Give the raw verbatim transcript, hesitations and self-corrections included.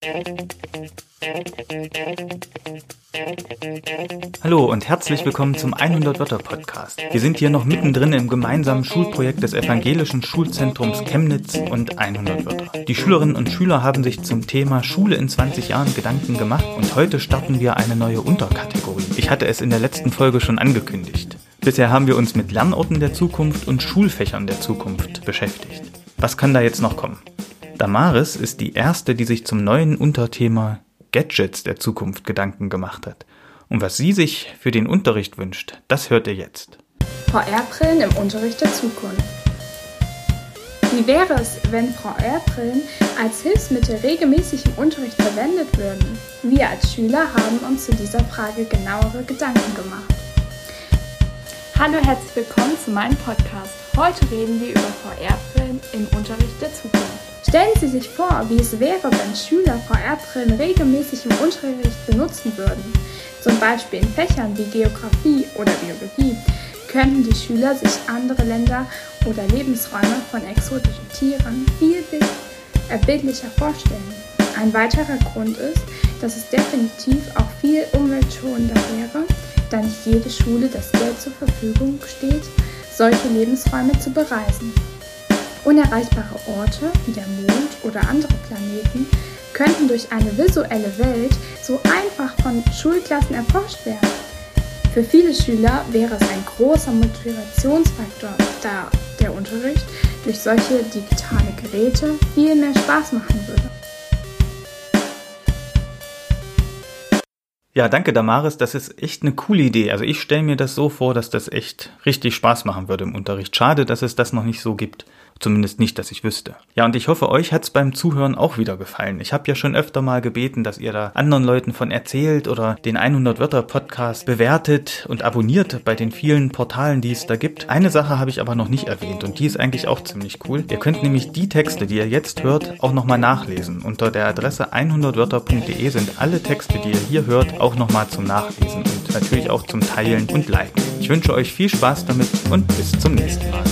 Hallo und herzlich willkommen zum hundert-Wörter-Podcast. Wir sind hier noch mittendrin im gemeinsamen Schulprojekt des Evangelischen Schulzentrums Chemnitz und hundert Wörter. Die Schülerinnen und Schüler haben sich zum Thema Schule in zwanzig Jahren Gedanken gemacht und heute starten wir eine neue Unterkategorie. Ich hatte es in der letzten Folge schon angekündigt. Bisher haben wir uns mit Lernorten der Zukunft und Schulfächern der Zukunft beschäftigt. Was kann da jetzt noch kommen? Damaris ist die erste, die sich zum neuen Unterthema Gadgets der Zukunft Gedanken gemacht hat. Und was sie sich für den Unterricht wünscht, das hört ihr jetzt. V R-Brillen im Unterricht der Zukunft. Wie wäre es, wenn V R-Brillen als Hilfsmittel regelmäßig im Unterricht verwendet würden? Wir als Schüler haben uns zu dieser Frage genauere Gedanken gemacht. Hallo, herzlich willkommen zu meinem Podcast. Heute reden wir über V R-Brillen im Unterricht der Zukunft. Stellen Sie sich vor, wie es wäre, wenn Schüler V R-Brillen regelmäßig im Unterricht benutzen würden. Zum Beispiel in Fächern wie Geografie oder Biologie könnten die Schüler sich andere Länder oder Lebensräume von exotischen Tieren viel bildlicher vorstellen. Ein weiterer Grund ist, dass es definitiv auch viel umweltschonender wäre, da nicht jede Schule das Geld zur Verfügung steht, solche Lebensräume zu bereisen. Unerreichbare Orte wie der Mond oder andere Planeten könnten durch eine visuelle Welt so einfach von Schulklassen erforscht werden. Für viele Schüler wäre es ein großer Motivationsfaktor, da der Unterricht durch solche digitale Geräte viel mehr Spaß machen würde. Ja, danke Damaris, das ist echt eine coole Idee. Also ich stelle mir das so vor, dass das echt richtig Spaß machen würde im Unterricht. Schade, dass es das noch nicht so gibt. Zumindest nicht, dass ich wüsste. Ja, und ich hoffe, euch hat's beim Zuhören auch wieder gefallen. Ich habe ja schon öfter mal gebeten, dass ihr da anderen Leuten von erzählt oder den hundert-Wörter-Podcast bewertet und abonniert bei den vielen Portalen, die es da gibt. Eine Sache habe ich aber noch nicht erwähnt und die ist eigentlich auch ziemlich cool. Ihr könnt nämlich die Texte, die ihr jetzt hört, auch nochmal nachlesen. Unter der Adresse hundert-wörter punkt de sind alle Texte, die ihr hier hört, auch nochmal zum Nachlesen und natürlich auch zum Teilen und Liken. Ich wünsche euch viel Spaß damit und bis zum nächsten Mal.